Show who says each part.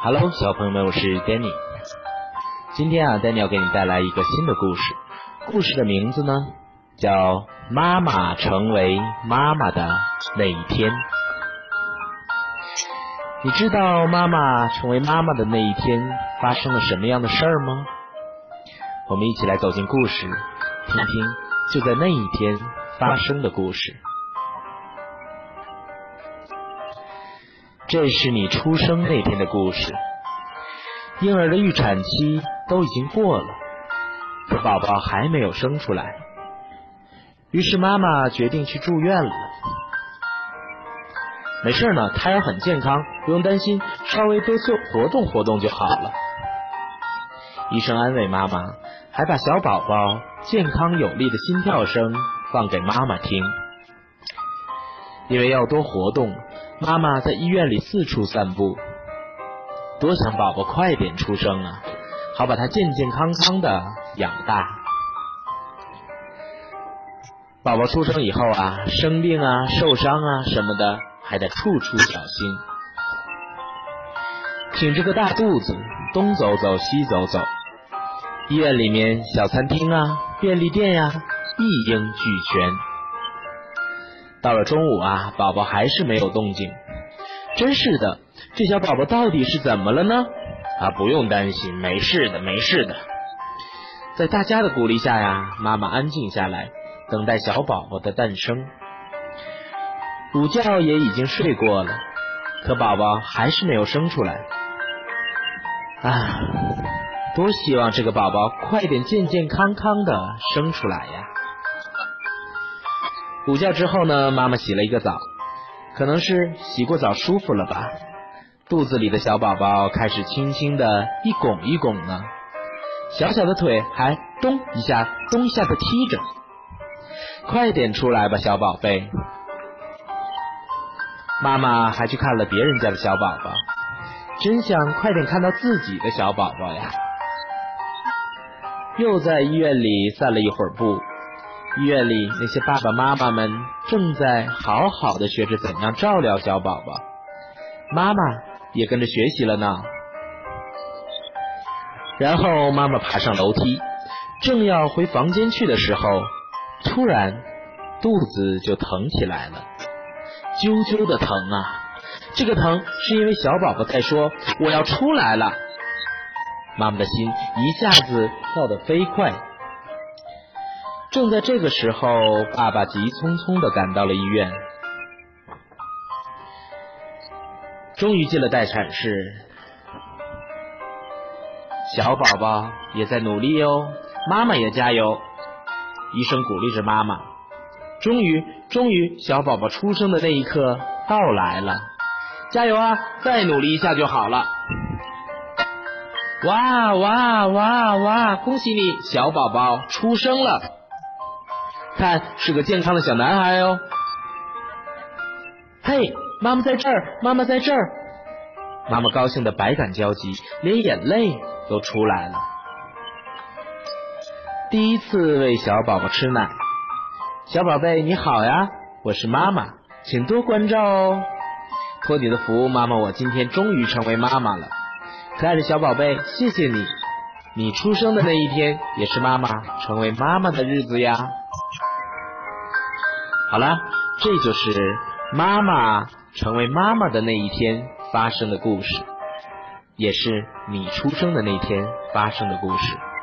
Speaker 1: Hello， 小朋友们，我是 Danny。今天Danny 要给你带来一个新的故事。故事的名字呢，叫《妈妈成为妈妈的那一天》。你知道妈妈成为妈妈的那一天发生了什么样的事儿吗？我们一起来走进故事，听听就在那一天发生的故事。这是你出生那天的故事。婴儿的预产期都已经过了，可宝宝还没有生出来，于是妈妈决定去住院了。没事呢，胎儿很健康，不用担心，稍微多做活动活动就好了。医生安慰妈妈，还把小宝宝健康有力的心跳声放给妈妈听。因为要多活动，妈妈在医院里四处散步，多想宝宝快点出生啊，好把他健健康康的养大。宝宝出生以后生病受伤什么的，还得处处小心。挺着个大肚子，东走走西走走，医院里面小餐厅便利店一应俱全。到了中午宝宝还是没有动静。真是的，这小宝宝到底是怎么了呢？不用担心，没事的，没事的。在大家的鼓励下妈妈安静下来，等待小宝宝的诞生。午觉也已经睡过了，可宝宝还是没有生出来。多希望这个宝宝快点健健康康的生出来呀。午觉之后呢，妈妈洗了一个澡，可能是洗过澡舒服了吧，肚子里的小宝宝开始轻轻的一拱一拱呢，小小的腿还咚一下咚一下的踢着。快点出来吧，小宝贝。妈妈还去看了别人家的小宝宝，真想快点看到自己的小宝宝呀。又在医院里散了一会儿步，医院里那些爸爸妈妈们正在好好的学着怎样照料小宝宝，妈妈也跟着学习了呢。然后妈妈爬上楼梯，正要回房间去的时候，突然肚子就疼起来了，啾啾的疼这个疼是因为小宝宝在说我要出来了。妈妈的心一下子跳得飞快。正在这个时候，爸爸急匆匆地赶到了医院。终于进了待产室，小宝宝也在努力哦，妈妈也加油。医生鼓励着妈妈。终于小宝宝出生的那一刻到来了，加油再努力一下就好了。哇哇哇哇，恭喜你，小宝宝出生了，看是个健康的小男孩哦。嘿，妈妈在这儿，妈妈在这儿。妈妈高兴的百感交集，连眼泪都出来了。第一次喂小宝宝吃奶。小宝贝你好呀，我是妈妈，请多关照哦。托你的福，妈妈我今天终于成为妈妈了。可爱的小宝贝，谢谢你，你出生的那一天也是妈妈成为妈妈的日子呀。好了，这就是妈妈成为妈妈的那一天发生的故事，也是你出生的那天发生的故事。